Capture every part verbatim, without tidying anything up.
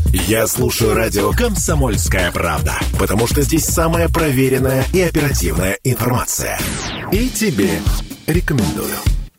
Я слушаю радио «Комсомольская правда», потому что здесь самая проверенная и оперативная информация. И тебе рекомендую.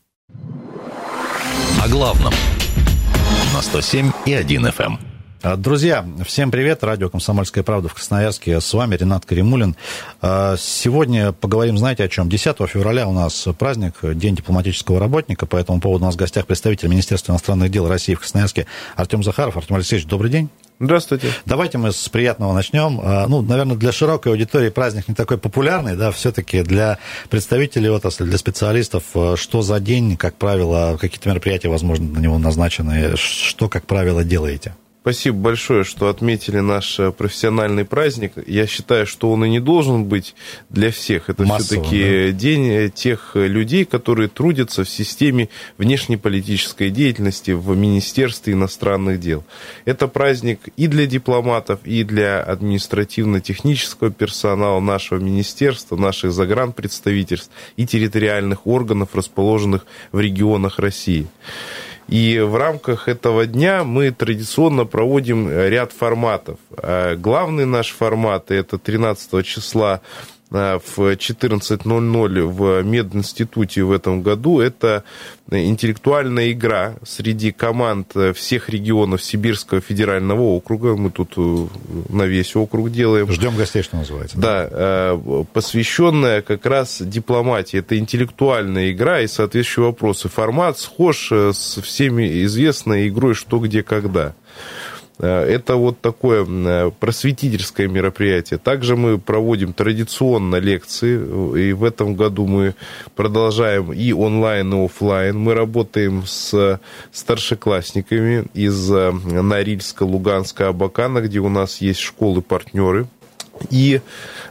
О главном на сто семь и один эф эм. Друзья, всем привет. Радио «Комсомольская правда» в Красноярске. С вами Ренат Каримулин. Сегодня поговорим, знаете, о чем? десятого февраля у нас праздник, День дипломатического работника. По этому поводу у нас в гостях представитель Министерства иностранных дел России в Красноярске Артем Захаров. Артем Алексеевич, добрый день. Здравствуйте. Давайте мы с приятного начнем. Ну, наверное, для широкой аудитории праздник не такой популярный, да, все-таки для представителей отрасли, для специалистов, что за день, как правило, какие-то мероприятия, возможно, на него назначены, что, как правило, делаете? Спасибо большое, что отметили наш профессиональный праздник. Я считаю, что он и не должен быть для всех. Это массово, все-таки да? День тех людей, которые трудятся в системе внешнеполитической деятельности в Министерстве иностранных дел. Это праздник и для дипломатов, и для административно-технического персонала нашего министерства, наших загранпредставительств и территориальных органов, расположенных в регионах России. И в рамках этого дня мы традиционно проводим ряд форматов. Главный наш формат – это тринадцатого числа в четырнадцать ноль ноль в Мединституте в этом году. Это интеллектуальная игра среди команд всех регионов Сибирского федерального округа. Мы тут на весь округ делаем. Ждем гостей, что называется. Да, посвященная как раз дипломатии. Это интеллектуальная игра и соответствующие вопросы. Формат схож с всеми известной игрой «Что, где, когда». Это вот такое просветительское мероприятие. Также мы проводим традиционно лекции, и в этом году мы продолжаем и онлайн, и офлайн. Мы работаем с старшеклассниками из Норильска, Луганска, Абакана, где у нас есть школы-партнеры. И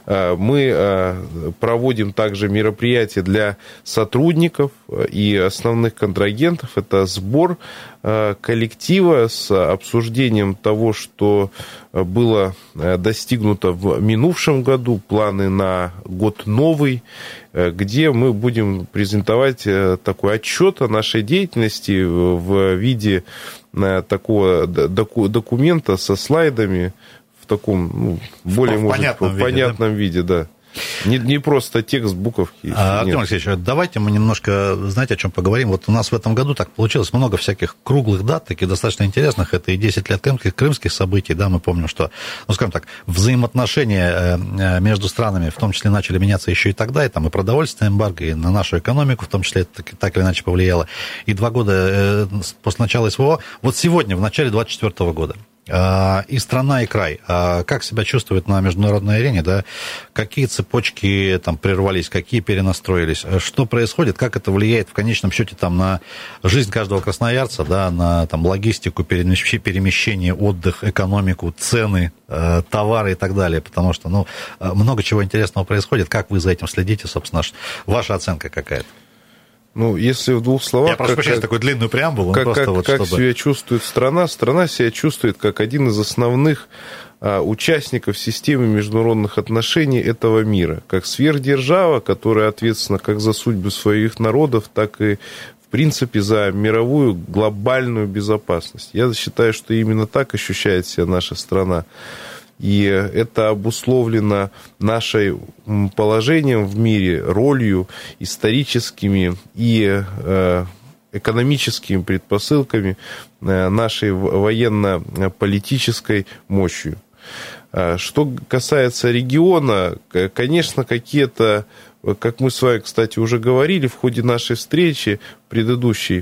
мы проводим также мероприятия для сотрудников и основных контрагентов. Это сбор коллектива с обсуждением того, что было достигнуто в минувшем году, планы на год новый, где мы будем презентовать такой отчет о нашей деятельности в виде такого документа со слайдами, в таком, ну, более, в может, понятном, в виде, понятном да? виде, да. Не, не просто текст, буковки. А, Артем Алексеевич, давайте мы немножко, знаете, о чем поговорим. Вот у нас в этом году так получилось много всяких круглых дат, таких достаточно интересных. Это и десять лет крымских, крымских событий, да, мы помним, что, ну, скажем так, взаимоотношения между странами в том числе начали меняться еще и тогда, и там и продовольственная эмбарго, и на нашу экономику в том числе это так или иначе повлияло. И два года после начала СВО, вот сегодня, в начале двадцать четвёртого года, и страна, и край. Как себя чувствует на международной арене, да? Какие цепочки там прервались, какие перенастроились, что происходит, как это влияет в конечном счете там, на жизнь каждого красноярца, да, на там, логистику, перемещение, отдых, экономику, цены, товары и так далее, потому что ну, много чего интересного происходит. Как вы за этим следите, собственно, ваша оценка какая-то? Ну, если в двух словах... Я прошу прощения за такую длинную преамбулу. Как, просто как, вот, как чтобы... себя чувствует страна? Страна себя чувствует как один из основных а, участников системы международных отношений этого мира. Как сверхдержава, которая ответственна как за судьбы своих народов, так и, в принципе, за мировую глобальную безопасность. Я считаю, что именно так ощущает себя наша страна. И это обусловлено нашим положением в мире, ролью, историческими и экономическими предпосылками, нашей военно-политической мощью. Что касается региона, конечно, какие-то, как мы с вами, кстати, уже говорили в ходе нашей встречи предыдущей,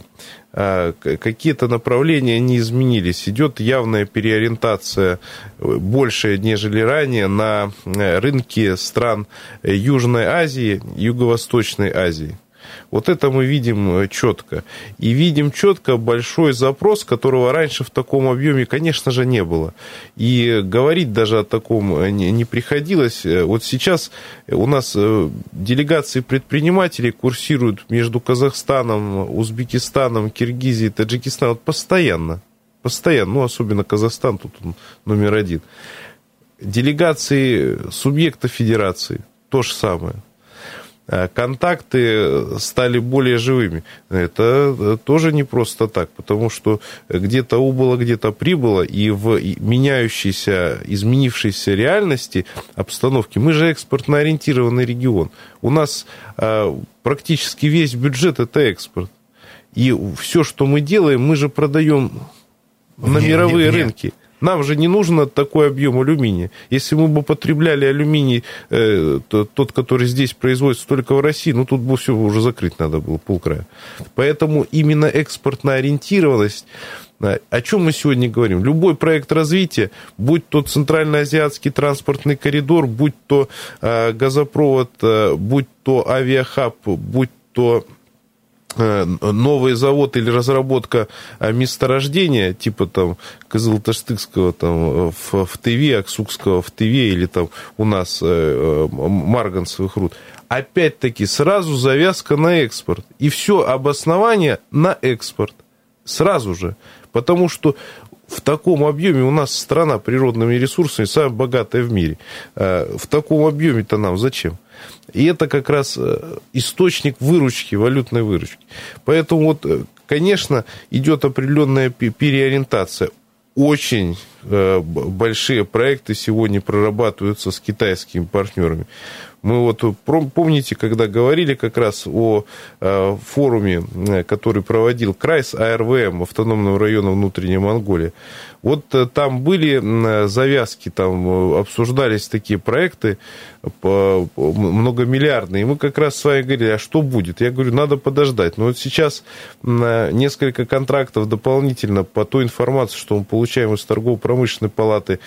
какие-то направления не изменились. Идет явная переориентация, большая, нежели ранее, на рынки стран Южной Азии, Юго-Восточной Азии. Вот это мы видим четко. И видим четко большой запрос, которого раньше в таком объеме, конечно же, не было. И говорить даже о таком не приходилось. Вот сейчас у нас делегации предпринимателей курсируют между Казахстаном, Узбекистаном, Киргизией, Таджикистаном постоянно. Постоянно, ну, особенно Казахстан, тут он номер один. Делегации субъекта федерации то же самое. контакты стали более живыми. Это тоже не просто так, потому что где-то убыло, где-то прибыло, и в меняющейся, изменившейся реальности, обстановки, мы же экспортно ориентированный регион. У нас практически весь бюджет – это экспорт. И все, что мы делаем, мы же продаем на нет, мировые нет, рынки. Нет. Нам же не нужен такой объем алюминия. Если мы бы потребляли алюминий, э, тот, который здесь производится только в России, ну, тут бы все уже закрыть надо было, полкрая. Поэтому именно экспортная ориентированность, о чем мы сегодня говорим? Любой проект развития, будь то Центральноазиатский транспортный коридор, будь то э, газопровод, э, будь то авиахаб, будь то новый завод или разработка месторождения, типа там Кызыл-Таштыкского там, в, в Тыве, Аксукского в Тыве или там у нас э, марганцевых руд, опять-таки сразу завязка на экспорт. И все обоснование на экспорт. Сразу же. Потому что в таком объеме у нас страна природными ресурсами самая богатая в мире. В таком объеме-то нам зачем? И это как раз источник выручки, валютной выручки. Поэтому, вот, конечно, идет определенная переориентация. Очень большие проекты сегодня прорабатываются с китайскими партнерами. Мы вот помните, когда говорили как раз о форуме, который проводил КРАЙС АРВМ, автономного района внутренней Монголии. Вот там были завязки, там обсуждались такие проекты многомиллиардные. И мы как раз с вами говорили, а что будет? Я говорю, надо подождать. Но вот сейчас несколько контрактов дополнительно по той информации, что мы получаем из торгово-промышленной палаты,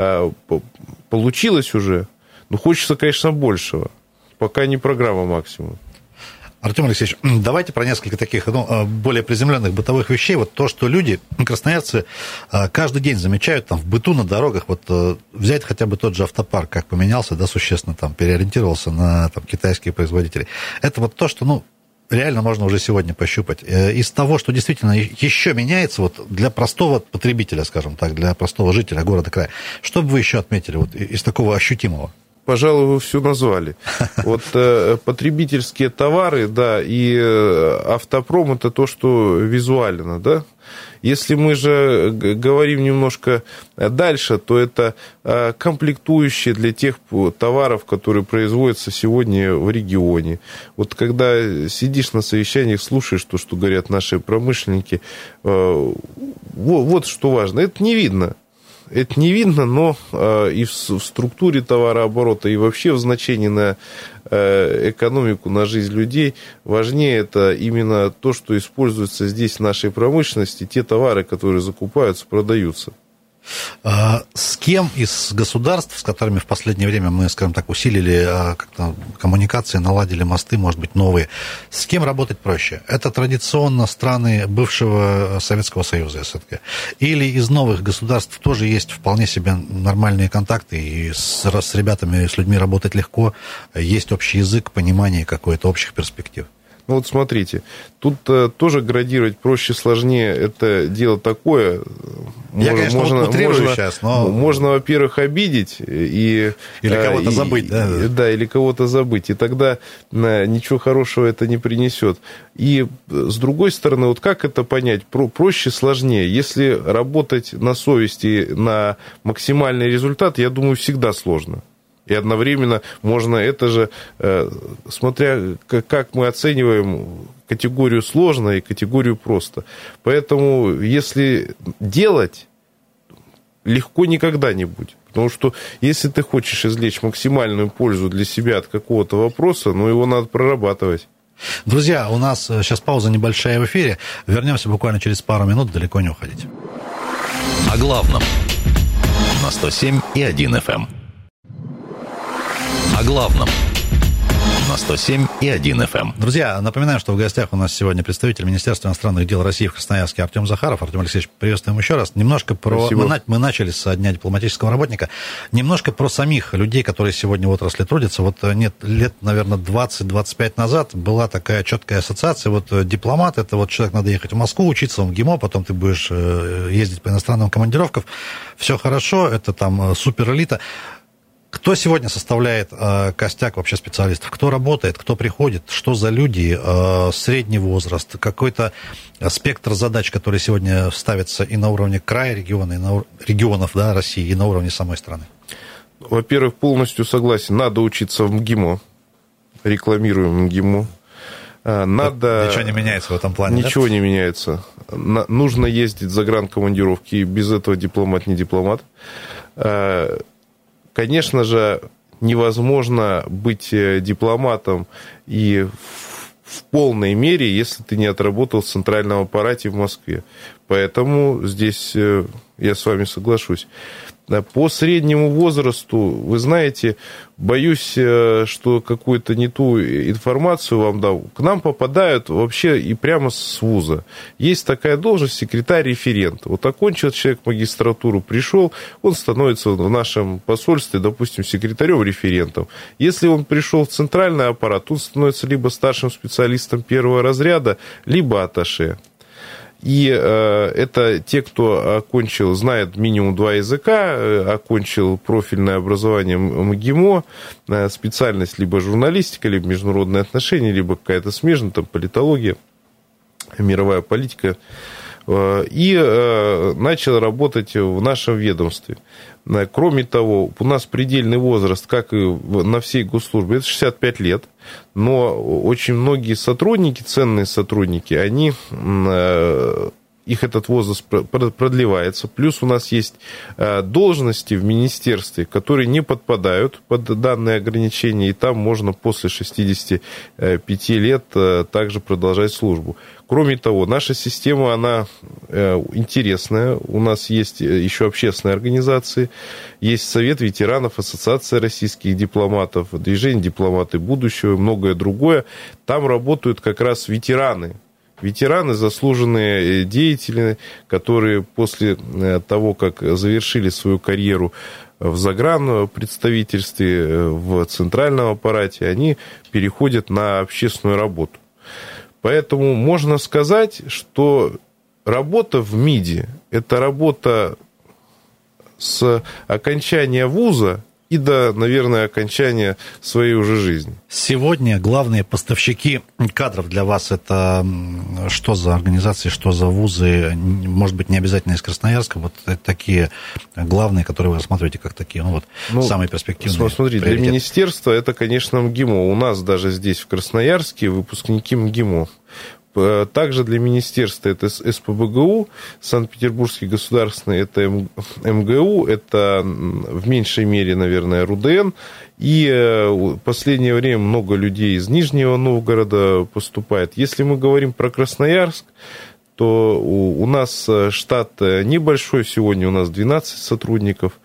получилось уже. Ну, хочется, конечно, большего. Пока не программа максимум. Артем Алексеевич, давайте про несколько таких ну, более приземленных бытовых вещей. Вот то, что люди, красноярцы, каждый день замечают там, в быту, на дорогах. Вот взять хотя бы тот же автопарк, как поменялся, да, существенно там, переориентировался на там, китайские производители. Это вот то, что, ну, реально можно уже сегодня пощупать. Из того, что действительно еще меняется вот для простого потребителя, скажем так, для простого жителя города-края, что бы вы еще отметили вот, из такого ощутимого? Пожалуй, вы все назвали. Вот э, потребительские товары, да, и э, автопром – это то, что визуально, да. Если мы же говорим немножко дальше, то это э, комплектующие для тех товаров, которые производятся сегодня в регионе. Вот когда сидишь на совещаниях, слушаешь то, что говорят наши промышленники, э, вот, вот что важно. Это не видно. Это не видно, но э, и в, в структуре товарооборота, и вообще в значении на э, экономику, на жизнь людей важнее это именно то, что используется здесь в нашей промышленности, те товары, которые закупаются, продаются. С кем из государств, с которыми в последнее время мы, скажем так, усилили как-то коммуникации, наладили мосты, может быть, новые, с кем работать проще? Это традиционно страны бывшего Советского Союза, СНГ? Или из новых государств тоже есть вполне себе нормальные контакты, и с, с ребятами, с людьми работать легко, есть общий язык, понимание какой-то общих перспектив? Ну вот смотрите, тут э, тоже градировать проще, сложнее, это дело такое. Я, можно, конечно, можно, утрирую можно, сейчас, но... Можно, во-первых, обидеть и... Или кого-то и, забыть, да? И, да, или кого-то забыть, и тогда э, ничего хорошего это не принесет. И с другой стороны, вот как это понять? Про, проще, сложнее. Если работать на совести, на максимальный результат, я думаю, всегда сложно. И одновременно можно это же, смотря как мы оцениваем категорию сложно и категорию просто. Поэтому если делать, легко никогда не будет. Потому что если ты хочешь извлечь максимальную пользу для себя от какого-то вопроса, ну его надо прорабатывать. Друзья, у нас сейчас пауза небольшая в эфире. Вернемся буквально через пару минут, далеко не уходите. О главном на сто семь и один эф эм. О главном на сто семь и один эф эм. Друзья, напоминаю, что в гостях у нас сегодня представитель Министерства иностранных дел России в Красноярске Артем Захаров. Артем Алексеевич, приветствуем еще раз. Немножко про... Мы, мы начали с Дня дипломатического работника. Немножко про самих людей, которые сегодня в отрасли трудятся. Вот нет, лет, наверное, двадцать-двадцать пять назад была такая четкая ассоциация. Вот дипломат, это вот человек, надо ехать в Москву, учиться в МГИМО, потом ты будешь ездить по иностранным командировкам. Все хорошо, это там суперэлита. Кто сегодня составляет э, костяк вообще специалистов? Кто работает, кто приходит, что за люди, э, средний возраст, какой-то спектр задач, которые сегодня ставятся и на уровне края, региона, и на ур... регионов, да, России, и на уровне самой страны? Во-первых, полностью согласен. Надо учиться в МГИМО. Рекламируем МГИМО. Надо... Ничего не меняется в этом плане, Ничего да? не меняется. Нужно ездить за загранкомандировки. Без этого дипломат не дипломат. Конечно же, невозможно быть дипломатом и в полной мере, если ты не отработал в центральном аппарате в Москве. Поэтому здесь я с вами соглашусь. По среднему возрасту, вы знаете, боюсь, что какую-то не ту информацию вам дам. К нам попадают вообще и прямо с вуза. Есть такая должность секретарь-референт. Вот окончил человек магистратуру, пришел, он становится в нашем посольстве, допустим, секретарем-референтом. Если он пришел в центральный аппарат, он становится либо старшим специалистом первого разряда, либо атташе. И э, это те, кто окончил, знает минимум два языка, э, окончил профильное образование МГИМО, э, специальность либо журналистика, либо международные отношения, либо какая-то смежная, там, политология, мировая политика. Э, и э, начал работать в нашем ведомстве. Кроме того, у нас предельный возраст, как и на всей госслужбе, это шестьдесят пять лет. Но очень многие сотрудники, ценные сотрудники, они, их этот возраст продлевается. Плюс у нас есть должности в министерстве, которые не подпадают под данные ограничения, и там можно после шестидесяти пяти лет также продолжать службу. Кроме того, наша система, она интересная. У нас есть еще общественные организации, есть Совет ветеранов, Ассоциация российских дипломатов, Движение дипломаты будущего и многое другое. Там работают как раз ветераны. Ветераны, заслуженные деятели, которые после того, как завершили свою карьеру в загранпредставительстве, в центральном аппарате, они переходят на общественную работу. Поэтому можно сказать, что работа в МИДе – это работа с окончания вуза и до, наверное, окончания своей уже жизни. Сегодня главные поставщики кадров для вас – это что за организации, что за вузы? Может быть, не обязательно из Красноярска, вот такие главные, которые вы рассматриваете как такие, ну вот, ну, самые перспективные. Смотри, для министерства это, конечно, МГИМО. У нас даже здесь, в Красноярске, выпускники МГИМО. Также для министерства это СПбГУ, Санкт-Петербургский государственный, это МГУ, это в меньшей мере, наверное, РУДН. И в последнее время много людей из Нижнего Новгорода поступает. Если мы говорим про Красноярск, то у нас штат небольшой, сегодня у нас двенадцать сотрудников,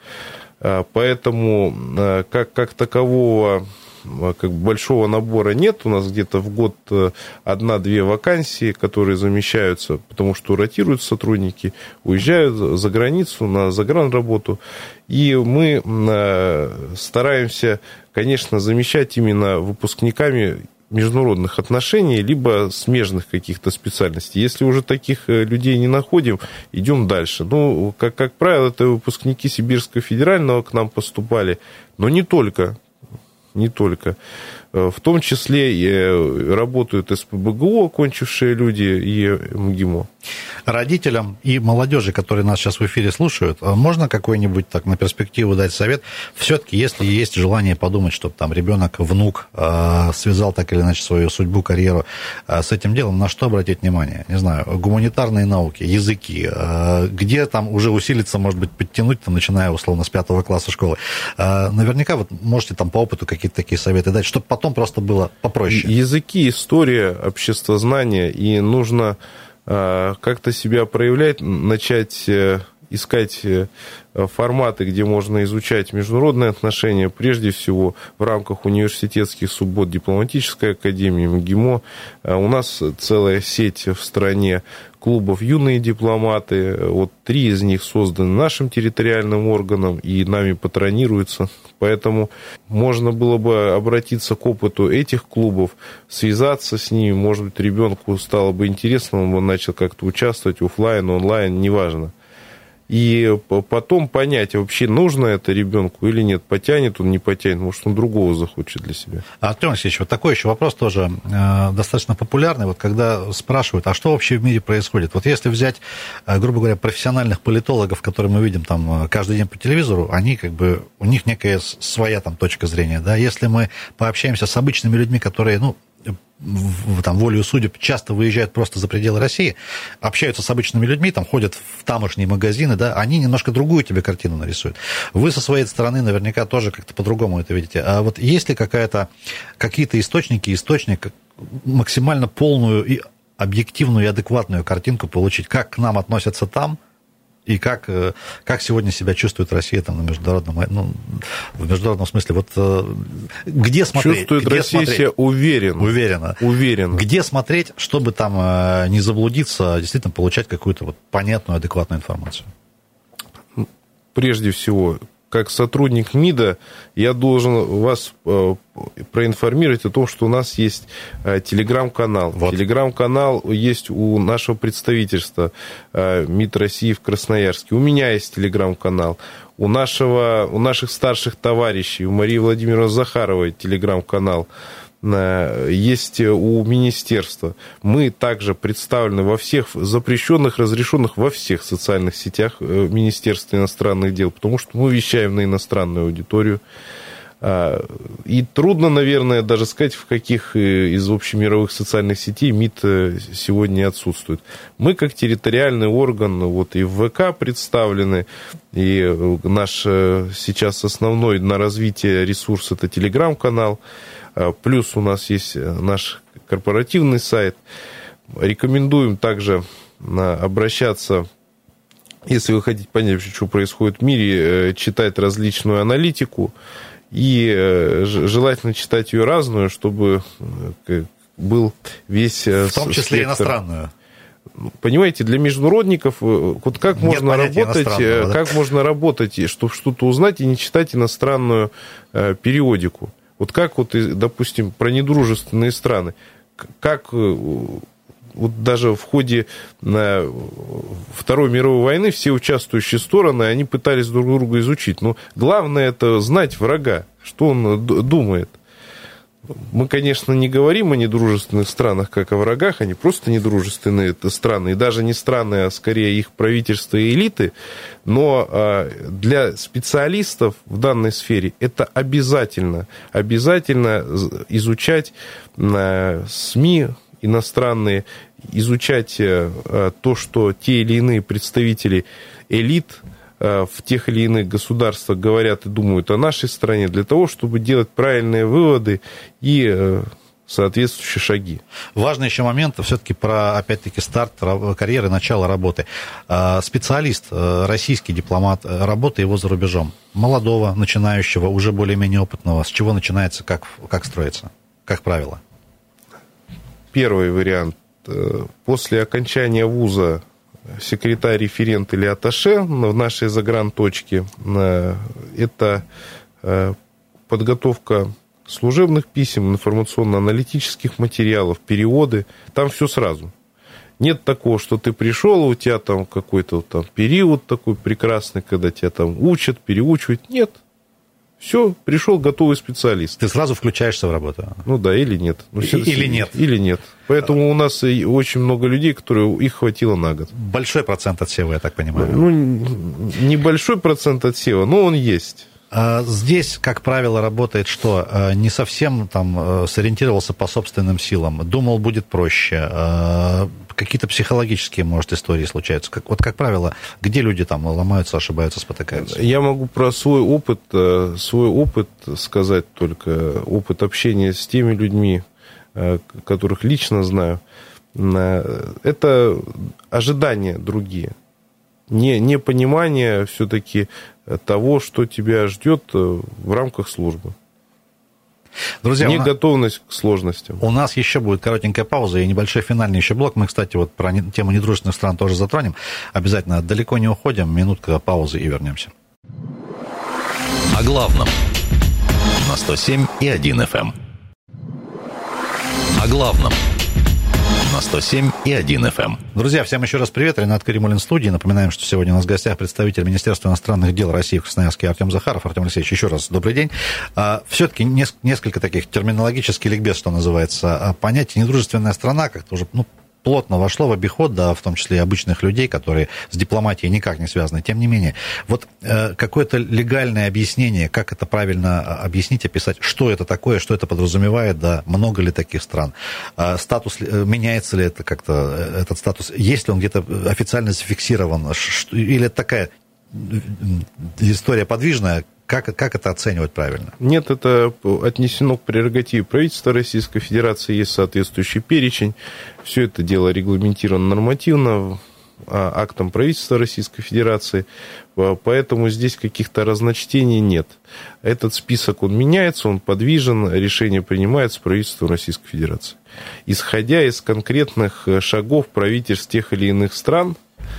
поэтому как, как такового... как бы большого набора нет. У нас где-то в год одна-две вакансии, которые замещаются, потому что ротируют сотрудники, уезжают за границу на загранработу. И мы стараемся, конечно, замещать именно выпускниками международных отношений, либо смежных каких-то специальностей. Если уже таких людей не находим, идем дальше. Ну, как, как правило, это выпускники Сибирского федерального к нам поступали, но не только. Не только. В том числе и работают СПбГУ, окончившие люди, и МГИМО. Родителям и молодежи, которые нас сейчас в эфире слушают, можно какой-нибудь так на перспективу дать совет? Все-таки, если есть желание подумать, чтобы там ребенок, внук э, связал так или иначе свою судьбу, карьеру э, с этим делом, на что обратить внимание? Не знаю, гуманитарные науки, языки, э, где там уже усилиться, может быть, подтянуть, там, начиная условно с пятого класса школы. Э, наверняка вот можете там по опыту какие-то такие советы дать, чтобы потом просто было попроще. Языки, история, обществознание, и нужно как-то себя проявлять, начать искать форматы, где можно изучать международные отношения, прежде всего в рамках университетских суббот дипломатической академии, МГИМО. У нас целая сеть в стране клубов «Юные дипломаты». Вот три из них созданы нашим территориальным органом и нами патронируются. Поэтому можно было бы обратиться к опыту этих клубов, связаться с ними. Может быть, ребенку стало бы интересно, он бы начал как-то участвовать офлайн, онлайн, неважно. и потом понять, вообще нужно это ребенку или нет, потянет он, не потянет, может, он другого захочет для себя. Артем Алексеевич, вот такой еще вопрос тоже э, достаточно популярный, вот когда спрашивают, а что вообще в мире происходит? Вот если взять, э, грубо говоря, профессиональных политологов, которые мы видим там каждый день по телевизору, они как бы, у них некая своя там точка зрения, да, если мы пообщаемся с обычными людьми, которые, ну, в, там, волею судеб, часто выезжают просто за пределы России, общаются с обычными людьми, там, ходят в тамошние магазины, да, они немножко другую тебе картину нарисуют. Вы со своей стороны наверняка тоже как-то по-другому это видите. А вот есть ли какая-то, какие-то источники, источник максимально полную и объективную и адекватную картинку получить, как к нам относятся там, и как, как сегодня себя чувствует Россия там, на международном, ну, в международном смысле? Вот где смотреть? Чувствует где Россия смотреть? себя уверенно. Уверенно. Уверенно. Где смотреть, чтобы там не заблудиться, действительно получать какую-то вот понятную, адекватную информацию? Прежде всего, как сотрудник МИДа, я должен вас проинформировать о том, что у нас есть телеграм-канал. Вот. Телеграм-канал есть у нашего представительства МИД России в Красноярске. У меня есть телеграм-канал. У, нашего, у наших старших товарищей, у Марии Владимировны Захаровой телеграм-канал есть у министерства. Мы также представлены во всех запрещенных, разрешенных во всех социальных сетях Министерства иностранных дел, потому что мы вещаем на иностранную аудиторию. И трудно, наверное, даже сказать, в каких из общемировых социальных сетей МИД сегодня отсутствует. Мы, как территориальный орган, вот и в ВК представлены, и наш сейчас основной на развитие ресурс – это телеграм-канал. Плюс у нас есть наш корпоративный сайт. Рекомендуем также обращаться, если вы хотите понять, что происходит в мире, читать различную аналитику. И желательно читать ее разную, чтобы был весь в том числе спектр. Иностранную. Понимаете, для международников вот как Нет можно работать, да? как можно работать, чтобы что-то узнать и не читать иностранную периодику. Вот как, вот, допустим, про недружественные страны, как вот даже в ходе Второй мировой войны все участвующие стороны, они пытались друг друга изучить. Но главное это знать врага, что он думает. Мы, конечно, не говорим о недружественных странах, как о врагах, они просто недружественные страны, и даже не страны, а скорее их правительства и элиты, но для специалистов в данной сфере это обязательно, обязательно изучать СМИ иностранные, изучать то, что те или иные представители элит в тех или иных государствах говорят и думают о нашей стране, для того, чтобы делать правильные выводы и соответствующие шаги. Важный еще момент, все-таки про, опять-таки, старт карьеры, начало работы. Специалист, российский дипломат, работа его за рубежом, молодого, начинающего, уже более-менее опытного, с чего начинается, как, как строится, как правило? Первый вариант. После окончания вуза секретарь, референт или атташе в нашей загранточке – это подготовка служебных писем, информационно-аналитических материалов, переводы. Там все сразу. Нет такого, что ты пришел, у тебя там какой-то там период такой прекрасный, когда тебя там учат, переучивают. Нет. Все, пришел готовый специалист. Ты сразу включаешься в работу? Ну да, или нет. Ну, или нет. Или нет. Поэтому у нас очень много людей, которые их хватило на год. Большой процент отсева, я так понимаю. Ну, небольшой процент отсева, но он есть. Здесь, как правило, работает что? Не совсем там сориентировался по собственным силам, думал, будет проще. Какие-то психологические, может, истории случаются. Как, вот, как правило, где люди там ломаются, ошибаются, спотыкаются? Я могу про свой опыт, свой опыт сказать только. Опыт общения с теми людьми, которых лично знаю. Это ожидания другие. Не, непонимание все-таки того, что тебя ждет в рамках службы. Друзья, не нас... готовность к сложностям. У нас еще будет коротенькая пауза и небольшой финальный еще блок. Мы, кстати, вот про тему недружественных стран тоже затронем. Обязательно далеко не уходим. Минутка паузы и вернемся. О главном на сто семь и один эф эм. О главном на сто семь и один эф эм. Друзья, всем еще раз привет. Ренат Каримуллин в студии. Напоминаем, что сегодня у нас в гостях представитель Министерства иностранных дел России в Красноярске Артем Захаров. Артем Алексеевич, еще раз добрый день. Все-таки несколько таких терминологических ликбез, что называется. Понятие «недружественная страна» как-то уже, ну, плотно вошло в обиход, да, в том числе и обычных людей, которые с дипломатией никак не связаны. Тем не менее, вот э, какое-то легальное объяснение, как это правильно объяснить, описать, что это такое, что это подразумевает, да, много ли таких стран, э, статус, э, меняется ли это как-то, э, этот статус, есть ли он где-то официально зафиксирован, что, или это такая история подвижная. Как, как это оценивать правильно? Нет, это отнесено к прерогативе правительства Российской Федерации, есть соответствующий перечень. Все это дело регламентировано нормативно актом правительства Российской Федерации, поэтому здесь каких-то разночтений нет. Этот список, он меняется, он подвижен, решение принимается правительством Российской Федерации. Исходя из конкретных шагов правительств тех или иных стран,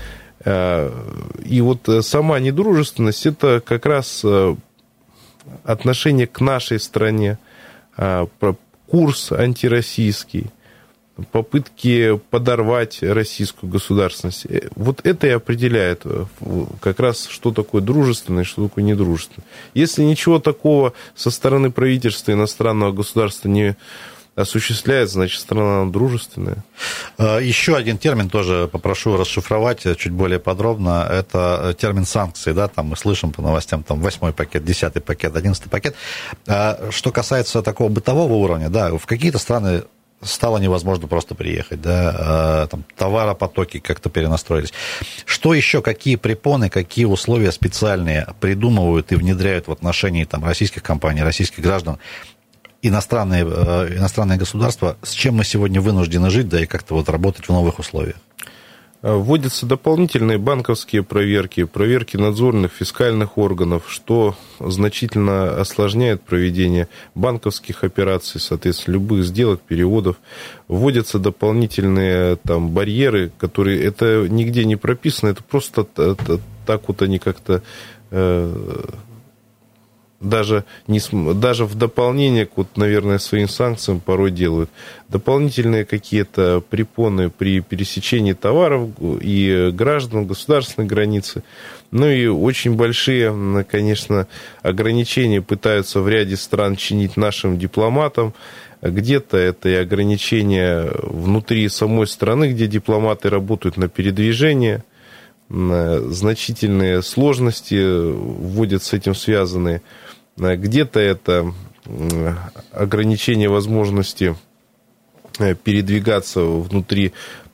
и вот сама недружественность – это как раз отношение к нашей стране, курс антироссийский, попытки подорвать российскую государственность. Вот это и определяет как раз, что такое дружественное и что такое недружественное. Если ничего такого со стороны правительства иностранного государства не осуществляет, значит, страна дружественная. Еще один термин тоже попрошу расшифровать чуть более подробно. Это термин санкции, да, там мы слышим по новостям, там восьмой пакет, десятый пакет, одиннадцатый пакет. Что касается такого бытового уровня, да, в какие-то страны стало невозможно просто приехать, да, там товаропотоки как-то перенастроились. Что еще, какие препоны, какие условия специальные придумывают и внедряют в отношении там российских компаний, российских граждан, иностранные, иностранные государства, с чем мы сегодня вынуждены жить, да, и как-то вот работать в новых условиях? Вводятся дополнительные банковские проверки, проверки надзорных фискальных органов, что значительно осложняет проведение банковских операций, соответственно, любых сделок, переводов. Вводятся дополнительные там барьеры, которые, это нигде не прописано, это просто так вот они как-то... Даже, не, даже в дополнение к, вот, наверное, своим санкциям порой делают. Дополнительные какие-то препоны при пересечении товаров и граждан государственной границы. Ну и очень большие, конечно, ограничения пытаются в ряде стран чинить нашим дипломатам. Где-то это и ограничения внутри самой страны, где дипломаты работают на передвижение. Значительные сложности вводят с этим связанные. Где-то это ограничение возможности передвигаться внутри,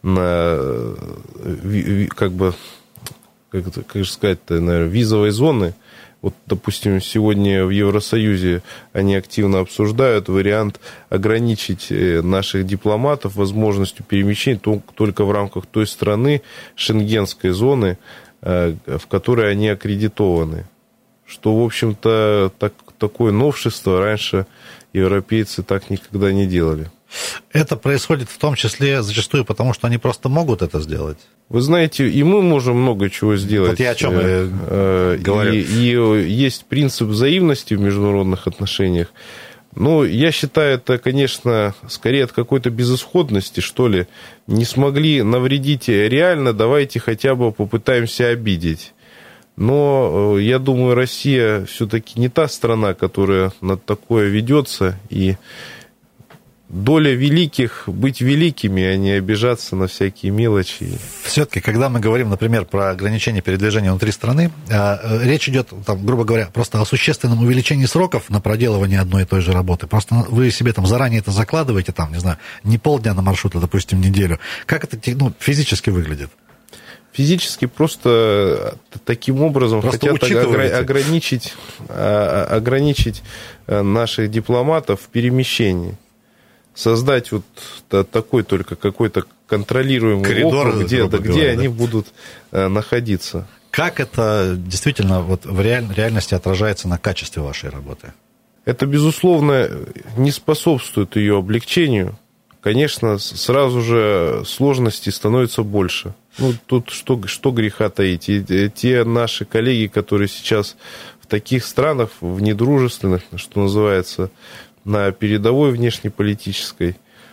как бы, как, это, как же сказать-то, наверное, визовой зоны. Вот, допустим, сегодня в Евросоюзе они активно обсуждают вариант ограничить наших дипломатов возможностью перемещения только в рамках той страны, шенгенской зоны, в которой они аккредитованы. Что, в общем-то, так, такое новшество раньше европейцы так никогда не делали. Это происходит в том числе зачастую потому, что они просто могут это сделать. Вы знаете, и мы можем много чего сделать. Вот я о чем и говорю. И, и есть принцип взаимности в международных отношениях. Ну, я считаю, это, конечно, скорее от какой-то безысходности, что ли. Не смогли навредить реально, давайте хотя бы попытаемся обидеть. Но я думаю, Россия все-таки не та страна, которая на такое ведется, и доля великих быть великими, а не обижаться на всякие мелочи. Все-таки, когда мы говорим, например, про ограничение передвижения внутри страны, речь идет, там, грубо говоря, просто о существенном увеличении сроков на проделывание одной и той же работы. Просто вы себе там заранее это закладываете, там, не знаю, не полдня на маршрут, а, допустим, неделю. Как это, ну, физически выглядит? Физически просто таким образом просто хотят огр- ограничить, ограничить наших дипломатов в перемещении. Создать вот такой только какой-то контролируемый коридор, округ, где, да, где да. они будут находиться. Как это действительно вот в реаль- реальности отражается на качестве вашей работы? Это, безусловно, не способствует ее облегчению. Конечно, сразу же сложностей становится больше. Ну, тут что, что греха таить. И те наши коллеги, которые сейчас в таких странах, в недружественных, что называется, на передовой внешнеполитической,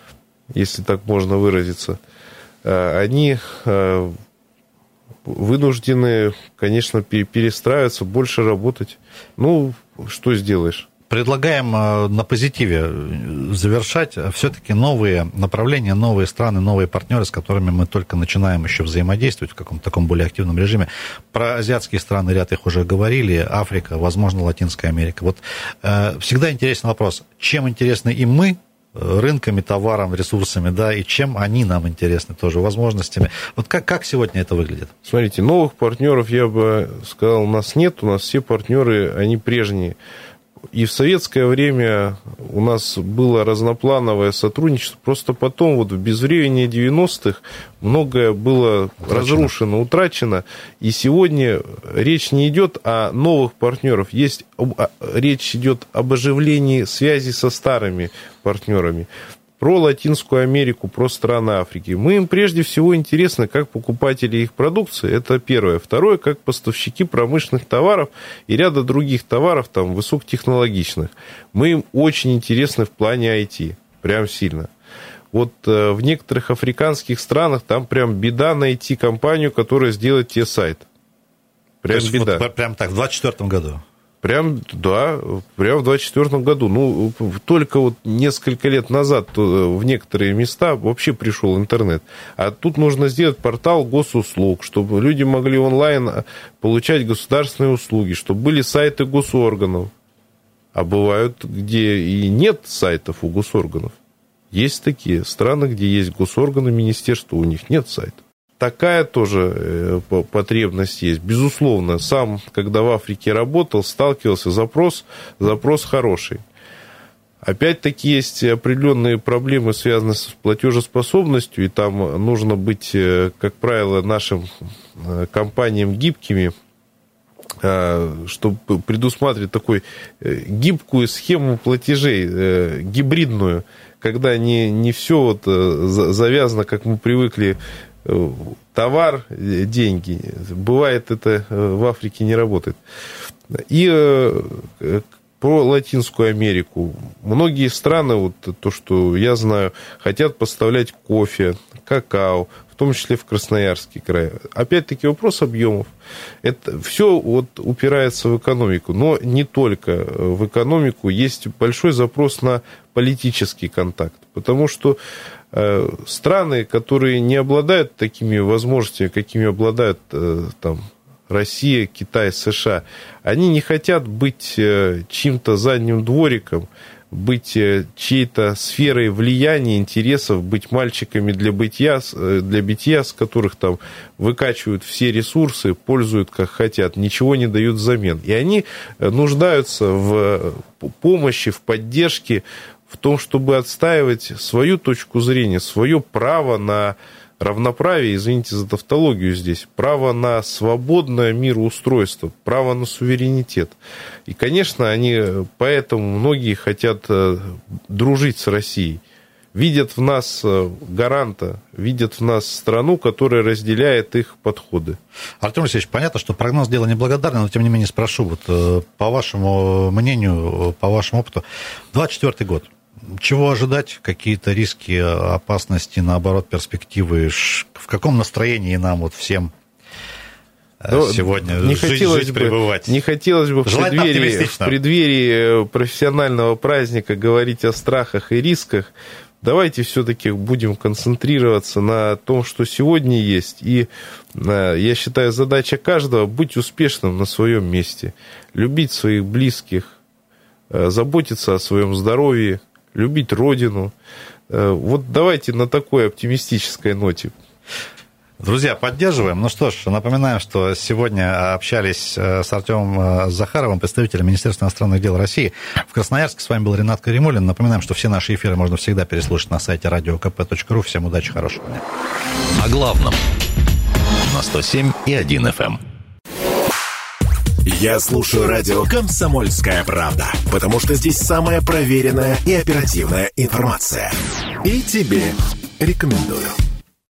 если так можно выразиться, они вынуждены, конечно, перестраиваться, больше работать. Ну, что сделаешь? Предлагаем на позитиве завершать. Все-таки новые направления, новые страны, новые партнеры, с которыми мы только начинаем еще взаимодействовать в каком-то таком более активном режиме. Про азиатские страны ряд их уже говорили. Африка, возможно, Латинская Америка. Вот э, всегда интересный вопрос. Чем интересны им мы, рынками, товаром, ресурсами, да, и чем они нам интересны тоже, возможностями. Вот как, как сегодня это выглядит? Смотрите, новых партнеров, я бы сказал, у нас нет. У нас все партнеры, они прежние. И в советское время у нас было разноплановое сотрудничество, просто потом вот в безвременье девяностых многое было утрачено. разрушено, утрачено, и сегодня речь не идет о новых партнерах, есть, речь идет об оживлении связи со старыми партнерами. Про Латинскую Америку, про страны Африки. Мы им прежде всего интересны как покупатели их продукции, это первое. Второе, как поставщики промышленных товаров и ряда других товаров, там, высокотехнологичных. Мы им очень интересны в плане ай ти, прям сильно. Вот э, в некоторых африканских странах там прям беда найти компанию, которая сделает тебе сайт. Прям То есть беда. Вот, прям так, в двадцать четвёртом году? Прям, да, прям в двадцать четвёртом году. Ну, только вот несколько лет назад в некоторые места вообще пришел интернет. А тут нужно сделать портал госуслуг, чтобы люди могли онлайн получать государственные услуги, чтобы были сайты госорганов. А бывают, где и нет сайтов у госорганов. Есть такие страны, где есть госорганы, министерства, у них нет сайтов. Такая тоже потребность есть. Безусловно, сам, когда в Африке работал, сталкивался, запрос, запрос хороший. Опять-таки есть определенные проблемы, связанные с платежеспособностью, и там нужно быть, как правило, нашим компаниям гибкими, чтобы предусматривать такую гибкую схему платежей, гибридную, когда не, не все вот завязано, как мы привыкли, товар, деньги. Бывает, это в Африке не работает. И про Латинскую Америку. Многие страны, вот то, что я знаю, хотят поставлять кофе, какао, в том числе в Красноярский край. Опять-таки вопрос объемов. Это все вот упирается в экономику, но не только в экономику. Есть большой запрос на политический контакт, потому что страны, которые не обладают такими возможностями, какими обладают там, Россия, Китай, США, они не хотят быть чьим-то задним двориком, быть чьей-то сферой влияния, интересов, быть мальчиками для бытия, для битья, с которых там выкачивают все ресурсы, пользуют как хотят, ничего не дают взамен. И они нуждаются в помощи, в поддержке, в том, чтобы отстаивать свою точку зрения, свое право на равноправие, извините за тавтологию здесь, право на свободное мироустройство, право на суверенитет. И, конечно, они поэтому многие хотят дружить с Россией. Видят в нас гаранта, видят в нас страну, которая разделяет их подходы. Артем Алексеевич, понятно, что прогноз дело неблагодарное, но тем не менее спрошу, вот по вашему мнению, по вашему опыту, двадцать четвёртый год. Чего ожидать? Какие-то риски, опасности, наоборот, перспективы? В каком настроении нам вот всем Но сегодня не жить, хотелось жить, бы, пребывать? Не хотелось бы в преддверии, в преддверии профессионального праздника говорить о страхах и рисках. Давайте все-таки будем концентрироваться на том, что сегодня есть. И я считаю, задача каждого — быть успешным на своем месте, любить своих близких, заботиться о своем здоровье, любить Родину. Вот давайте на такой оптимистической ноте. Друзья, поддерживаем. Ну что ж, напоминаем, что сегодня общались с Артемом Захаровым, представителем Министерства иностранных дел России в Красноярске. С вами был Ренат Каримуллин. Напоминаем, что все наши эфиры можно всегда переслушать на сайте радио ка пэ точка ру. Всем удачи, хорошего дня. О главном на сто семь и один эф эм. Я слушаю радио «Комсомольская правда», потому что здесь самая проверенная и оперативная информация. И тебе рекомендую.